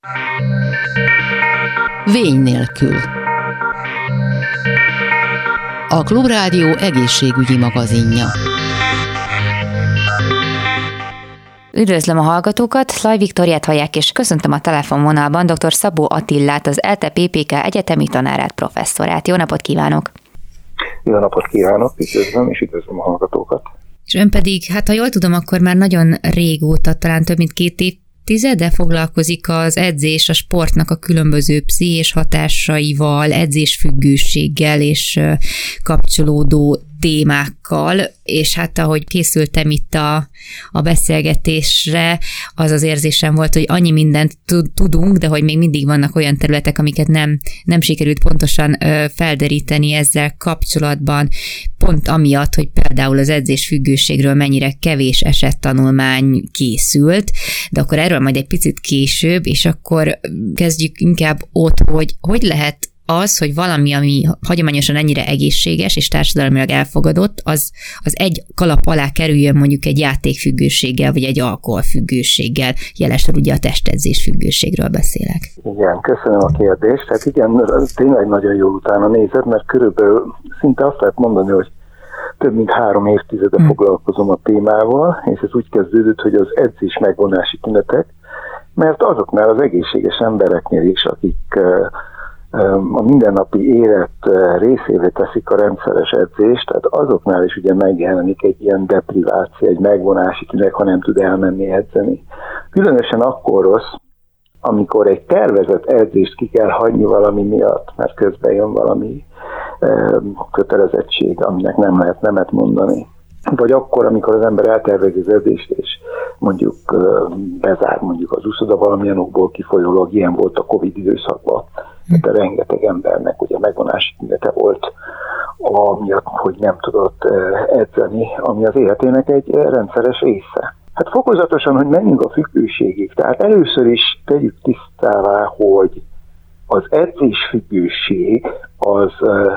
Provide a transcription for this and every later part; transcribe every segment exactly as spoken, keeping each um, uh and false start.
Vény nélkül. A Klubrádió egészségügyi magazinja. Üdvözlöm a hallgatókat, Laj Viktóriát hallják, és köszöntöm a telefonvonalban dr. Szabó Attillát, az ELTE pé pé ká egyetemi tanárát, professzorát. Jó napot kívánok! Jó napot kívánok, üdvözlöm, és üdvözlöm a hallgatókat! És ön pedig, hát ha jól tudom, akkor már nagyon régóta, talán több mint két évtizede foglalkozik az edzés, a sportnak a különböző pszichés hatásaival, edzésfüggőséggel és kapcsolódó témákkal, és hát ahogy készültem itt a, a beszélgetésre, az az érzésem volt, hogy annyi mindent tudunk, de hogy még mindig vannak olyan területek, amiket nem, nem sikerült pontosan ö, felderíteni ezzel kapcsolatban, pont amiatt, hogy például az edzésfüggőségről mennyire kevés esettanulmány készült, de akkor erről majd egy picit később, és akkor kezdjük inkább ott, hogy hogy lehet az, hogy valami, ami hagyományosan ennyire egészséges és társadalmilag elfogadott, az, az egy kalap alá kerüljön mondjuk egy játékfüggőséggel, vagy egy alkoholfüggőséggel. Jelesül ugye a testedzés függőségről beszélek. Igen, köszönöm a kérdést. Tehát igen, tényleg nagyon jól utána nézed, mert körülbelül szinte azt lehet mondani, hogy több mint három évtizede hmm. foglalkozom a témával, és ez úgy kezdődött, hogy az edzés megvonási tünetek, mert azoknál az egészséges embereknél is, akik a mindennapi élet részévé teszik a rendszeres edzést, tehát azoknál is ugye megjelenik egy ilyen depriváció, egy megvonási tünet, ha nem tud elmenni edzeni. Különösen akkor rossz, amikor egy tervezett edzést ki kell hagyni valami miatt, mert közben jön valami kötelezettség, aminek nem lehet nemet mondani. Vagy akkor, amikor az ember eltervezi az edzést, és mondjuk bezár mondjuk az úszoda valamilyen okból kifolyólag, ilyen volt a Covid időszakban. De rengeteg embernek ugye megvonási tünete volt, amiatt, hogy nem tudott edzeni, ami az életének egy rendszeres része. Hát fokozatosan, hogy menjünk a függőségig. Tehát először is tegyük tisztává, hogy az edzésfüggőség az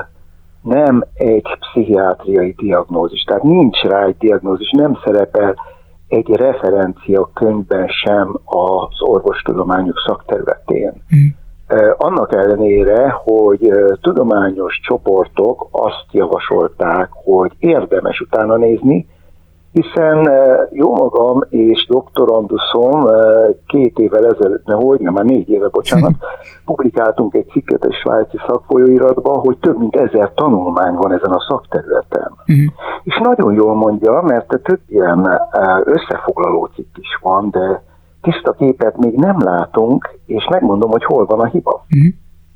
nem egy pszichiátriai diagnózis, tehát nincs rá egy diagnózis, nem szerepel egy referencia könyvben sem az orvostudományok szakterületén. Mm. Annak ellenére, hogy tudományos csoportok azt javasolták, hogy érdemes utána nézni, hiszen jó magam és doktoranduszom két évvel ezelőtt, nehogy, nem, már négy éve, bocsánat, publikáltunk egy cikket egy svájci szakfolyóiratban, hogy több mint ezer tanulmány van ezen a szakterületen. Uh-huh. És nagyon jól mondja, mert több ilyen összefoglaló cikk is van, de tiszta képet még nem látunk, és megmondom, hogy hol van a hiba. Uh-huh.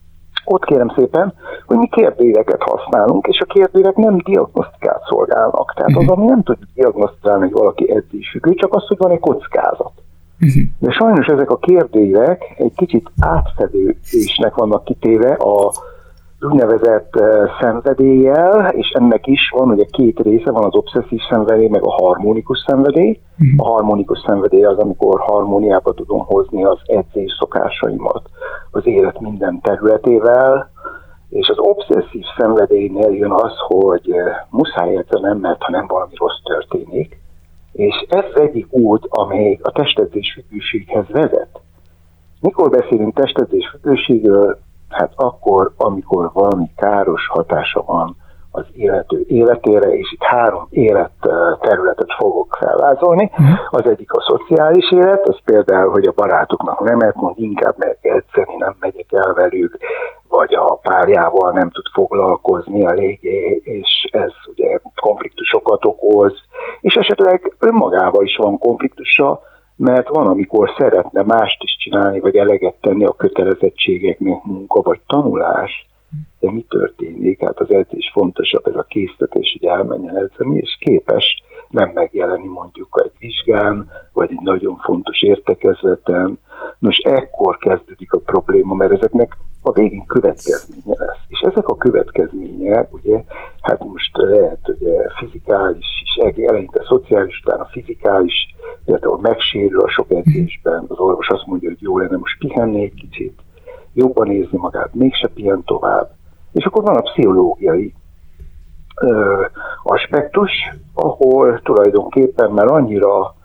Ott kérem szépen, hogy mi kérdőíveket használunk, és a kérdőívek nem diagnosztikát szolgálnak. Tehát az, ami nem tudjuk diagnosztizálni, hogy valaki edzésfüggő, csak az, hogy van egy kockázat. Uh-huh. De sajnos ezek a kérdőívek egy kicsit átfedésnek vannak kitéve a úgynevezett uh, szenvedéllyel, és ennek is van ugye két része, van az obszesszív szenvedély, meg a harmonikus szenvedély. Uh-huh. A harmonikus szenvedély az, amikor harmóniába tudom hozni az edzés szokásaimat az élet minden területével, és az obszesszív szenvedélynél jön az, hogy uh, muszáj edzenem, mert ha nem valami rossz történik, és ez egyik út, amely a testedzés függőséghez vezet. Mikor beszélünk testedzés függőségről? Hát akkor, amikor valami káros hatása van az illető életére, és itt három életterületet fogok felvázolni. Az egyik a szociális élet, az például, hogy a barátoknak nemet mond, inkább meg edzeni, nem megyek el velük, vagy a párjával nem tud foglalkozni eléggé, és ez ugye konfliktusokat okoz, és esetleg önmagával is van konfliktusa, mert van, amikor szeretne mást is csinálni, vagy eleget tenni a kötelezettségeknek, munka vagy tanulás, de mi történik? Hát az edzés fontosabb, ez a késztetés, hogy elmenjen edzeni, és képes nem megjelenni mondjuk egy vizsgán, vagy egy nagyon fontos értekezleten. Nos, ekkor kezdődik a probléma, mert ezeknek a végén következménye lesz. És ezek a következmények, ugye, hát most lehet ugye fizikális is, eleinte szociális, utána fizikális, például megsérül a sok edzésben, az orvos azt mondja, hogy jó lenne most pihenni egy kicsit, jobban nézni magát, mégse pihen tovább. És akkor van a pszichológiai ö, aspektus, ahol tulajdonképpen már annyira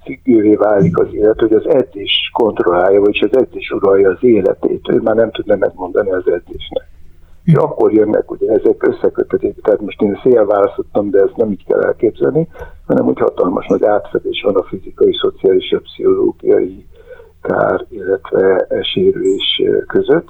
függővé válik az élet, hogy az edzés kontrollálja, vagyis az edzés uralja az életét. Ő már nem tud nemet mondani az edzésnek. És akkor jönnek ugye ezek összeköteték, tehát most én félválasztottam, de ezt nem így kell elképzelni, hanem hogy hatalmas nagy átfedés van a fizikai, szociális, a pszichológiai kár, illetve sérülés között.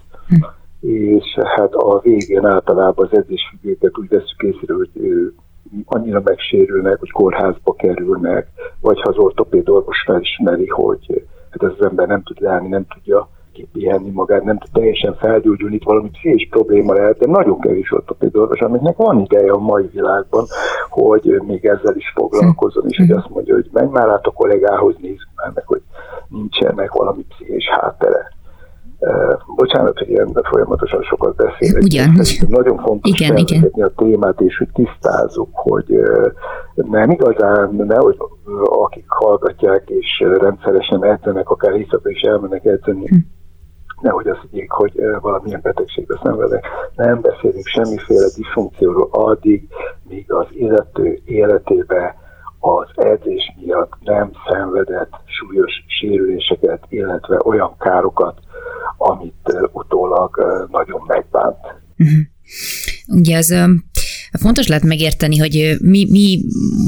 És hát a végén általában az edzésfüggőket úgy veszük észre, hogy annyira megsérülnek, hogy kórházba kerülnek, vagy ha az ortopédorvos felismeri, hogy hát ez az ember nem tud leállni, nem tudja kipihenni magát, nem tud teljesen felgyógyulni, itt valami fés probléma lehet, de nagyon kevés ortopédorvos, amiknek van ideje a mai világban, hogy még ezzel is foglalkozzon, és hogy azt mondja, hogy menj már át a kollégához, nézzük már meg, hogy nincsenek valami pszichés háttere. Uh, bocsánat, hogy ilyen folyamatosan sokat beszélek. Ugyan. Nagyon fontos felvezetni a témát, és hogy tisztázzuk, hogy uh, nem igazán, nehogy uh, akik hallgatják és uh, rendszeresen edzenek, akár éjszaka is elmennek edzeni, hm. nehogy azt higgyék, hogy uh, valamilyen betegségbe szenvedek. Nem beszélünk semmiféle diszfunkcióról addig, míg az illető életébe az edzés miatt nem szenvedett súlyos sérüléseket, illetve olyan károkat, amit uh, utólag uh, nagyon megbánt. Uh-huh. Ugye az uh, fontos lehet megérteni, hogy mi, mi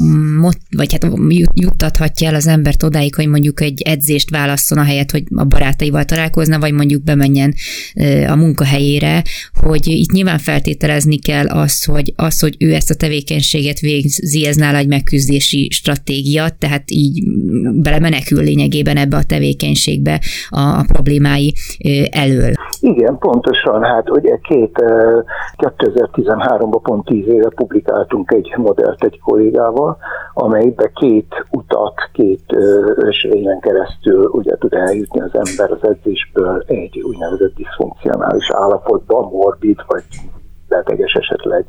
vagy hát juttathatja el az embert odáig, hogy mondjuk egy edzést válasszon ahelyett, hogy a barátaival találkozna, vagy mondjuk bemenjen a munkahelyére, hogy itt nyilván feltételezni kell azt, hogy, az, hogy ő ezt a tevékenységet végzi, ez nála egy megküzdési stratégia, tehát így belemenekül lényegében ebbe a tevékenységbe a, a problémái elől. Igen, pontosan. Hát ugye két, kétezer-tizenháromban pont tíz éve publikáltunk egy modellt egy kollégával, amelybe két utat, két ösvényen keresztül ugye tud eljutni az ember az edzésből egy úgynevezett diszfunkcionális állapotba, morbid vagy beteges esetleg,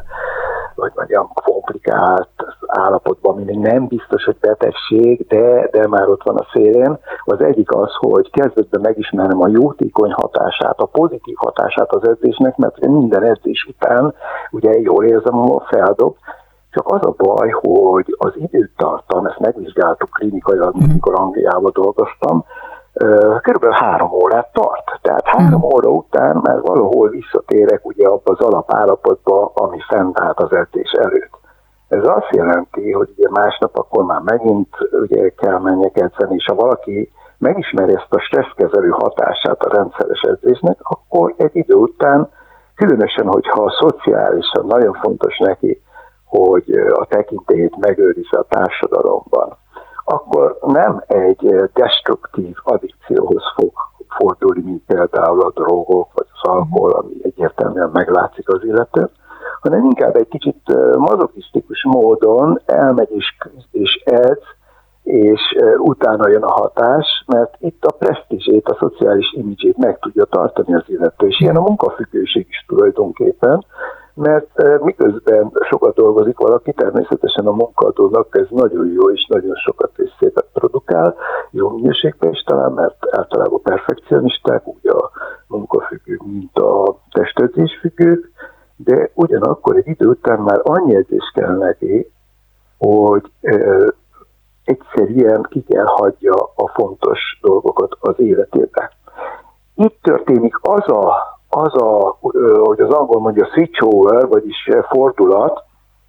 vagy mondjam, komplikált állapotban, ami még nem biztos, hogy betegség, de, de már ott van a szélén. Az egyik az, hogy kezdetben megismernem a jótékony hatását, a pozitív hatását az edzésnek, mert minden edzés után ugye jól érzem, ahol feldob, csak az a baj, hogy az időtartam, ezt megvizsgáltuk klinikailag, amikor Angliában dolgoztam, körülbelül három órát tart. Tehát három óra után már valahol visszatérek ugye abba az alapállapotba, ami fennállt az edzés előtt. Ez azt jelenti, hogy ugye másnap akkor már megint ugye kell menjek edzeni, és ha valaki megismeri ezt a stresszkezelő hatását a rendszeres edzésnek, akkor egy idő után, különösen, hogyha a szociálisan nagyon fontos neki, hogy a tekintélyét megőrizze a társadalomban, akkor nem egy destruktív addikcióhoz fog fordulni, mint például a drogok, vagy az alkohol, ami egyértelműen meglátszik az illetőn, hanem inkább egy kicsit mazochisztikus módon elmegy és küzd és edz, és utána jön a hatás, mert itt a presztízsét, a szociális imidzsét meg tudja tartani az illető, és ilyen a munkafüggőség is tulajdonképpen, mert miközben sokat dolgozik valaki, természetesen a munkaadónak ez nagyon jó és nagyon sokat és szépet produkál, jó minőségben is talán, mert általában perfekcionisták, úgy a munkafüggők, mint a testedzésfüggők, de ugyanakkor egy idő után már annyi edzés kell neki, hogy ö, egyszerűen ki kell hagyja a fontos dolgokat az életébe. Itt történik az a az a, hogy az angol mondja switch over, vagyis fordulat,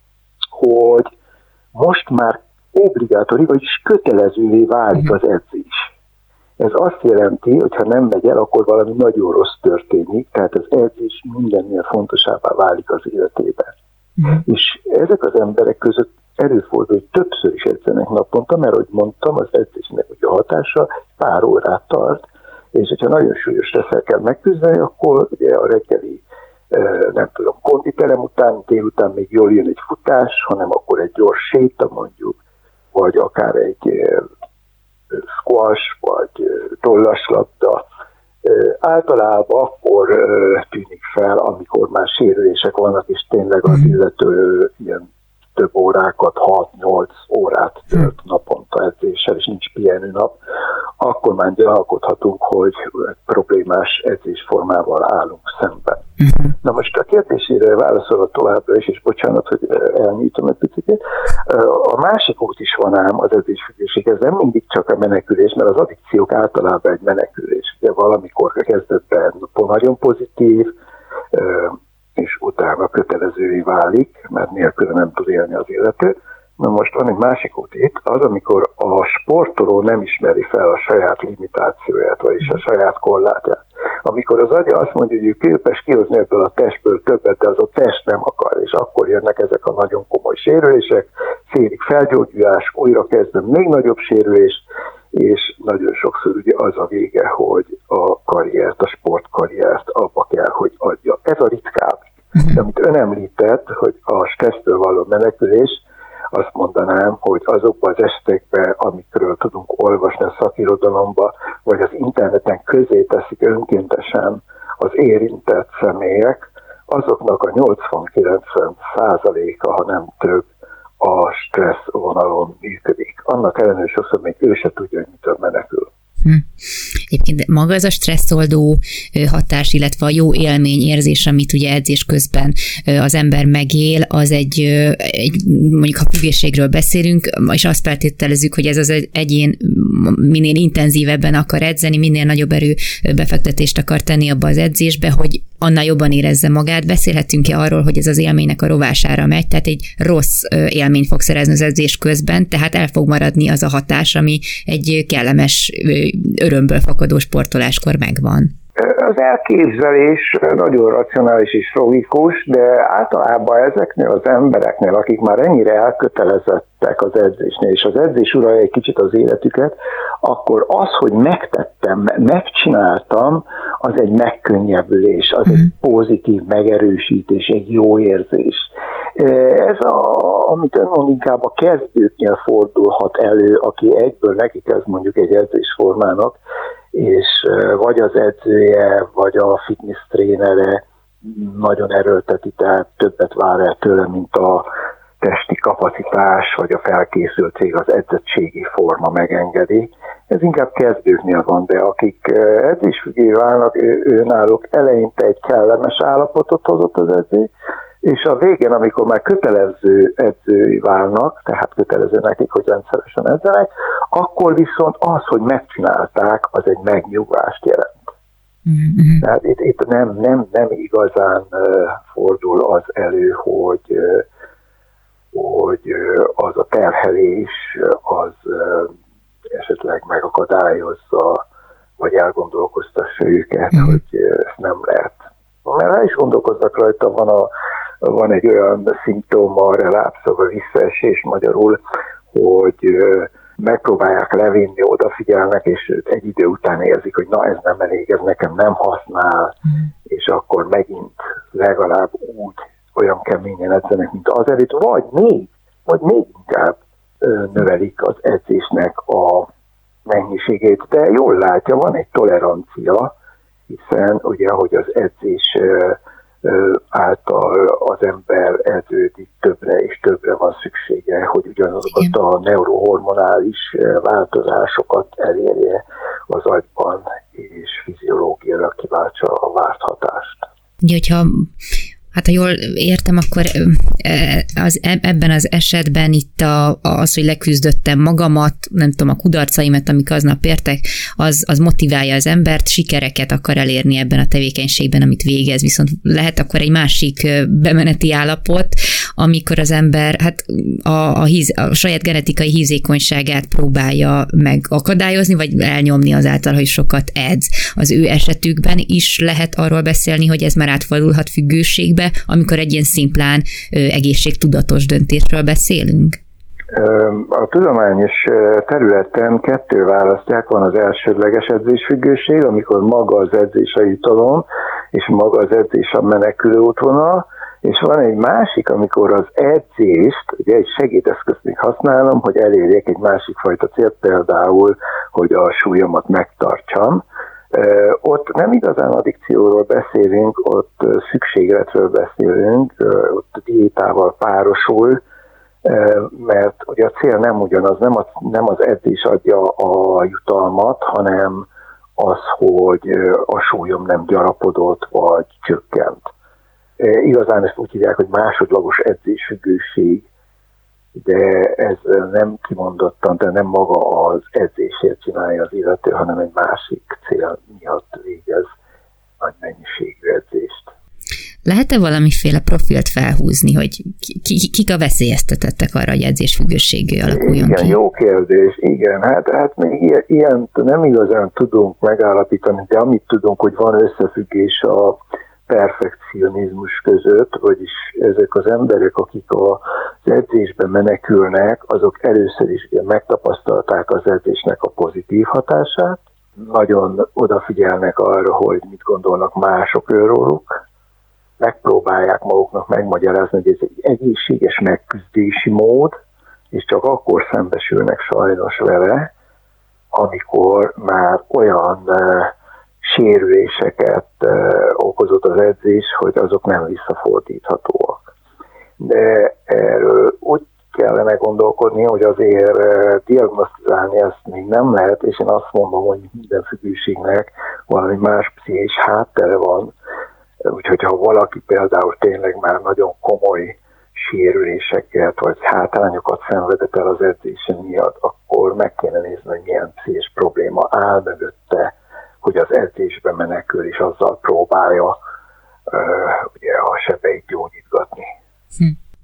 hogy most már obligátori, vagyis kötelezővé válik az edzés. Ez azt jelenti, hogy ha nem megy el, akkor valami nagyon rossz történik, tehát az edzés mindennél fontosabbá válik az életében. Mm. És ezek az emberek között előfordul, hogy többször is edzenek naponta, mert ahogy mondtam, az edzésnek a hatása pár órát tart, és hogyha nagyon súlyos stresszel kell megküzdeni, akkor ugye a reggeli, nem tudom, konditerem után, délután még jól jön egy futás, hanem akkor egy gyors séta mondjuk, vagy akár egy squash, vagy tollaslabda. Általában akkor tűnik fel, amikor már sérülések vannak, és tényleg az illető ilyen több órákat, hat-nyolc órát tölt naponta edzéssel, és nincs pihenő nap, akkor már gyanalkodhatunk, hogy problémás edzésformával állunk szemben. Uh-huh. Na most a kérdésére válaszolva továbbra is, és bocsánat, hogy elnyújtom egy picit. A másik út is van ám az edzésfüggőség, ez nem mindig csak a menekülés, mert az addikciók általában egy menekülés. Ugye valamikor kezdetben nagyon pozitív, és utána kötelezővé válik, mert nélkül nem tud élni az illető. Na most van egy másik út itt, az, amikor a sportoló nem ismeri fel a saját limitációját, vagyis a saját korlátját. Amikor az agya azt mondja, hogy ő képes kihozni ebből a testből többet, de az a test nem akar, és akkor jönnek ezek a nagyon komoly sérülések, félig felgyógyulás, újra kezdem még nagyobb sérülés, és nagyon sokszor ugye az a vége, hogy a karriert, a sportkarriert abba kell, hogy adja. Ez a ritkább. De amit ön említett, hogy a stressztől való menekülés, azt mondanám, hogy azokban az esetekben, amikről tudunk olvasni a szakirodalomba, vagy az interneten közé teszik önkéntesen az érintett személyek, azoknak a nyolcvan-kilencven százaléka, ha nem több, a stressz vonalon működik. Annak ellenőre sokszor még ő se tudja, hogy mitől menekül. Hm. Egyébként maga ez a stresszoldó hatás, illetve a jó élményérzés, amit ugye edzés közben az ember megél, az egy, egy mondjuk ha függőségről beszélünk, és azt feltételezzük, hogy ez az egyén minél intenzívebben akar edzeni, minél nagyobb erő befektetést akar tenni abba az edzésbe, hogy annál jobban érezze magát. Beszélhetünk-e arról, hogy ez az élménynek a rovására megy, tehát egy rossz élményt fog szerezni az edzés közben, tehát el fog maradni az a hatás, ami egy kellemes örömből fakadó sportoláskor megvan. Az elképzelés nagyon racionális és logikus, de általában ezeknél az embereknél, akik már ennyire elkötelezettek az edzésnél, és az edzés uralja egy kicsit az életüket, akkor az, hogy megtettem, megcsináltam, az egy megkönnyebbülés, az egy pozitív megerősítés, egy jó érzés. Ez, a, amit ön mond, inkább a kezdőknél fordulhat elő, aki egyből neki kezd mondjuk egy edzésformának, és vagy az edzője, vagy a fitness trénere nagyon erőlteti, tehát többet vár el tőle, mint a testi kapacitás, vagy a felkészültség, az edzettségi forma megengedi. Ez inkább kezdőknél van, de akik edzésfüggővé válnak, ő, ő náluk eleinte egy kellemes állapotot hozott az edzés, és a végén, amikor már kötelező edzői válnak, tehát kötelező nekik, hogy rendszeresen edzenek, akkor viszont az, hogy megcsinálták, az egy megnyugvást jelent. Mm-hmm. Tehát itt, itt nem, nem, nem igazán uh, fordul az elő, hogy, uh, hogy uh, az a terhelés az uh, esetleg megakadályozza, vagy elgondolkoztassa őket, mm-hmm. hogy uh, ezt nem lehet. Mert ha is gondolkoznak rajta, van a van egy olyan szimptóma, relápszog, a visszaesés magyarul, hogy megpróbálják levinni, odafigyelnek, és egy idő után érzik, hogy na ez nem elég, ez nekem nem használ, mm. és akkor megint legalább úgy olyan keményen edzenek, mint az előtt, vagy még, vagy még inkább növelik az edzésnek a mennyiségét. De jól látja, van egy tolerancia, hiszen ugye, ahogy az edzés által az ember edződik, többre és többre van szüksége, hogy ugyanazokat a neurohormonális változásokat elérje az agyban, és fiziológiailag kiváltsa a várt hatást. Ugye, hogyha Hát ha jól értem, akkor az, ebben az esetben itt a, az, hogy leküzdöttem magamat, nem tudom, a kudarcaimat, amik aznap értek, az, az motiválja az embert, sikereket akar elérni ebben a tevékenységben, amit végez. Viszont lehet akkor egy másik bemeneti állapot, amikor az ember hát a, a, híz, a saját genetikai hízékonyságát próbálja megakadályozni, vagy elnyomni azáltal, hogy sokat edz. Az ő esetükben is lehet arról beszélni, hogy ez már átfordulhat függőségbe, amikor egy ilyen szimplán ö, egészségtudatos döntésről beszélünk? A tudományos területen kettő választják, van az elsődleges edzésfüggőség, amikor maga az edzés a jutalom, és maga az edzés a menekülő útvonal, és van egy másik, amikor az edzést, ugye egy segédeszközt használom, hogy elérjek egy másik fajta célt, például, hogy a súlyomat megtartsam. Ott nem igazán addikcióról beszélünk, ott szükségletről beszélünk, ott diétával párosul, mert ugye a cél nem ugyanaz, nem, a, nem az edzés adja a jutalmat, hanem az, hogy a súlyom nem gyarapodott, vagy csökkent. Igazán ezt úgy hívják, hogy másodlagos edzésfüggőség, de ez nem kimondottan, de nem maga az edzésért csinálja az illető, hanem egy másik cél miatt végez nagy mennyiségű edzést. Lehet-e valamiféle profilt felhúzni, hogy ki, kik a veszélyeztetettek arra, hogy edzésfüggőség alakuljon igen, ki? Jó kérdés, igen. Hát, hát még ilyen nem igazán tudunk megállapítani, de amit tudunk, hogy van összefüggés a perfekcionizmus között, vagyis ezek az emberek, akik az edzésbe menekülnek, azok először is ugye megtapasztalták az edzésnek a pozitív hatását, nagyon odafigyelnek arra, hogy mit gondolnak mások róluk, megpróbálják maguknak megmagyarázni, hogy ez egy egészséges megküzdési mód, és csak akkor szembesülnek sajnos vele, amikor már olyan uh, sérüléseket uh, okozott az edzés, hogy azok nem visszafordíthatóak. De erről úgy kellene gondolkodni, hogy azért uh, diagnosztizálni ezt még nem lehet, és én azt mondom, hogy minden függőségnek valami más pszichés háttere van. Úgyhogy ha valaki például tényleg már nagyon komoly sérüléseket vagy hátrányokat szenvedett el az edzése miatt, akkor meg kéne nézni, hogy milyen pszichés probléma áll mögötte, hogy az edzésbe menekül, és azzal próbálja uh, ugye, a sebeit gyógyítgatni. Hm.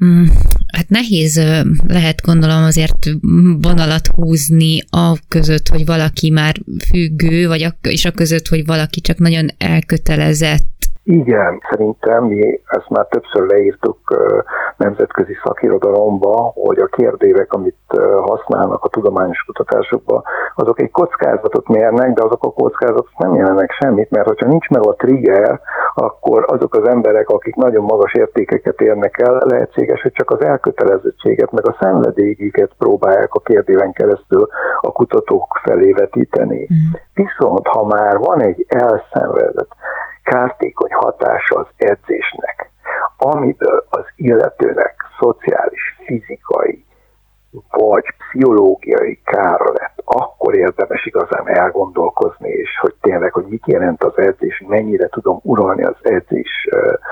Hát nehéz lehet, gondolom, azért vonalat húzni a között, hogy valaki már függő, vagy a, és a között, hogy valaki csak nagyon elkötelezett. Igen, szerintem mi ezt már többször leírtuk uh, nemzetközi szakirodalomba, hogy a kérdőívek, amit uh, használnak a tudományos kutatásokban, azok egy kockázatot mérnek, de azok a kockázatok nem jelennek semmit, mert hogyha nincs meg a trigger, akkor azok az emberek, akik nagyon magas értékeket érnek el, lehetséges, hogy csak az elkötelezettséget, meg a szenvedélyüket próbálják a kérdéven keresztül a kutatók felé vetíteni. Mm. Viszont, ha már van egy elszenvedett, kártékony hatása az edzésnek, amiből az illetőnek szociális, fizikai vagy pszichológiai kára lett, akkor érdemes igazán elgondolkozni, és hogy tényleg, hogy mit jelent az edzés, mennyire tudom uralni az edzés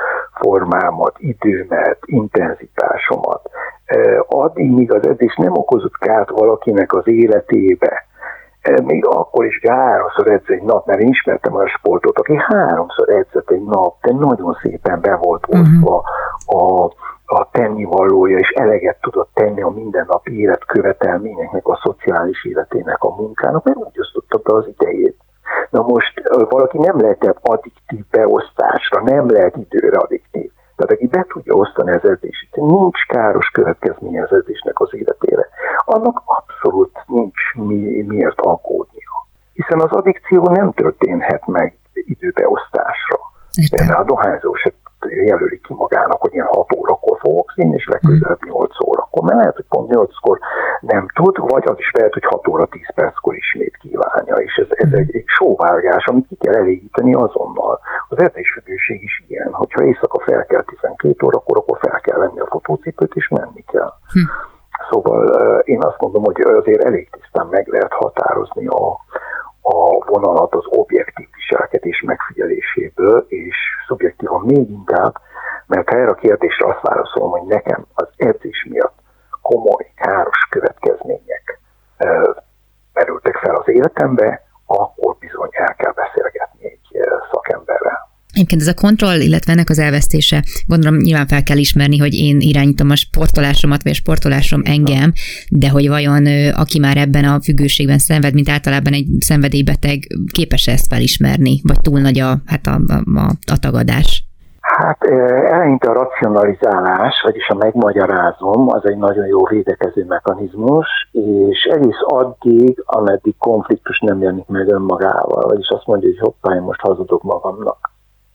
formámat, időmet, intenzitásomat. Addig, míg az edzés nem okozott kárt valakinek az életébe, még akkor is háromszor edz egy nap, mert én ismertem olyan sportot, aki háromszor edzett egy nap, de nagyon szépen be volt osztva a, a tennivalója, és eleget tudott tenni a mindennapi életkövetelményeknek, a szociális életének, a munkának, mert úgy osztotta be az idejét. Na most valaki nem lehet addiktív beosztásra, nem lehet időre addiktív. Tehát aki be tudja osztani az edzését, nincs káros következménye az edzésnek az életére, annak abszolút nincs mi, miért aggódnia. Hiszen az addikció nem történhet meg időbeosztásra. De a dohányzó se jelöli ki magának, hogy ilyen hat órakor fogok színni, és legközelebb nyolc órakor. Mert lehet, hogy pont nyolckor nem tud, vagy az is lehet, hogy hat óra tíz perckor ismét kívánja. És ez, ez egy, egy sóvárgás, amit ki kell elégíteni azonnal. Az edzésfüggőség is ilyen, hogyha éjszaka fel kell tizenkét órakor, akkor fel kell venni a futócipőt, és menni kell. Hm. Szóval én azt mondom, hogy azért elég tisztán meg lehet határozni a, a vonalat az objektív viselkedés megfigyeléséből, és szubjektívan még inkább, mert ha erre a kérdésre azt válaszolom, hogy nekem az edzés miatt komoly, káros következmények e, merültek fel az életembe, akkor bizony el kell beszélgetni egy szakemberrel. Egyébként ez a kontroll, illetve ennek az elvesztése, gondolom nyilván fel kell ismerni, hogy én irányítom a sportolásomat, vagy a sportolásom engem, de hogy vajon aki már ebben a függőségben szenved, mint általában egy szenvedélybeteg, képes ezt felismerni, vagy túl nagy a, hát a, a, a tagadás? Hát eleinte a racionalizálás, vagyis a megmagyarázom, az egy nagyon jó védekező mechanizmus, és egész addig, ameddig konfliktus nem jelenik meg önmagával, vagyis azt mondja, hogy hoppá, én most hazudok magamnak.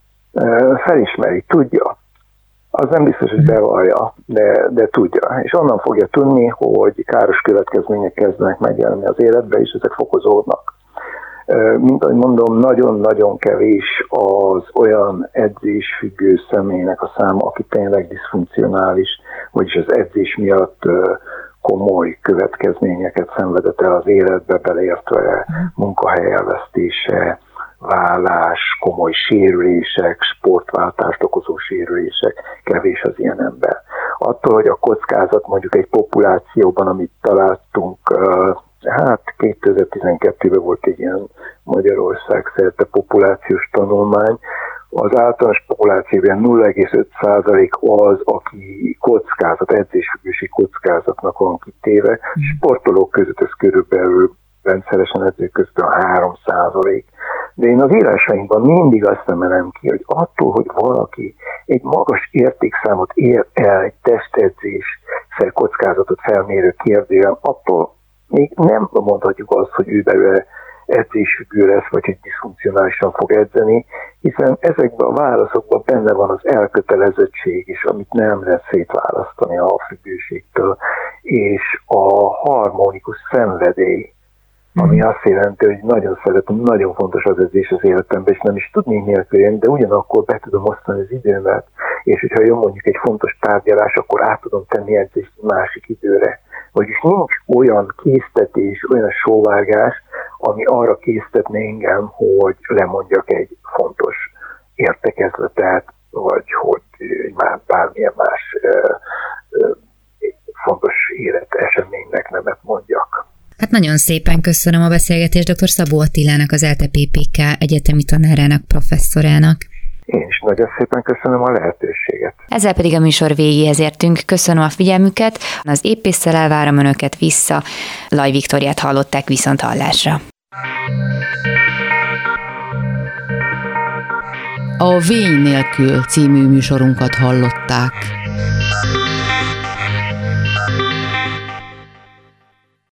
Felismeri, tudja. Az nem biztos, hogy bevallja, de, de tudja. És onnan fogja tudni, hogy káros következmények kezdenek megjelenni az életbe, és ezek fokozódnak. Mint ahogy mondom, nagyon-nagyon kevés az olyan edzésfüggő személynek a száma, aki tényleg diszfunkcionális, vagyis az edzés miatt komoly következményeket szenvedett el az életbe, beleértve munkahely elvesztése, vállás, komoly sérülések, sportváltást okozó sérülések, kevés az ilyen ember. Attól, hogy a kockázat mondjuk egy populációban, amit találtunk, hát kétezer-tizenkettőben volt egy ilyen Magyarország szerte populációs tanulmány, az általános populációban nulla egész öt százalék az, aki kockázat, edzésfüggőség kockázatnak van kitéve, sportolók között ez körülbelül rendszeresen edzők között a három százalék. De én az írásaimban mindig azt emelem ki, hogy attól, hogy valaki egy magas értékszámot ér el egy testedzéssel kockázatot felmérő kérdően, attól még nem mondhatjuk azt, hogy ő belőle edzésfüggő lesz, vagy hogy diszfunkcionálisan fog edzeni, hiszen ezekben a válaszokban benne van az elkötelezettség is, amit nem lehet szétválasztani a függőségtől, és a harmonikus szenvedély, ami azt jelenti, hogy nagyon szeretem, nagyon fontos az edzés az életemben, és nem is tudnék nélkül élni, de ugyanakkor be tudom osztani az időmet, és hogyha jön mondjuk egy fontos tárgyalás, akkor át tudom tenni edzést másik időre. Vagyis nincs olyan késztetés, olyan sóvárgás, ami arra késztetne engem, hogy lemondjak egy fontos értekezletet, vagy hogy már bármilyen más ö, ö, fontos életeseménynek nemet mondjak. Hát nagyon szépen köszönöm a beszélgetést dr. Szabó Attilának, az ELTE P P K egyetemi tanárának, professzorának. Én is nagyon szépen köszönöm a lehetőséget. Ezzel pedig a műsor végéhez értünk. Köszönöm a figyelmüket. Az épésszel elvárom önöket vissza. Laj Viktóriát hallották, viszont hallásra. A Vény nélkül című műsorunkat hallották.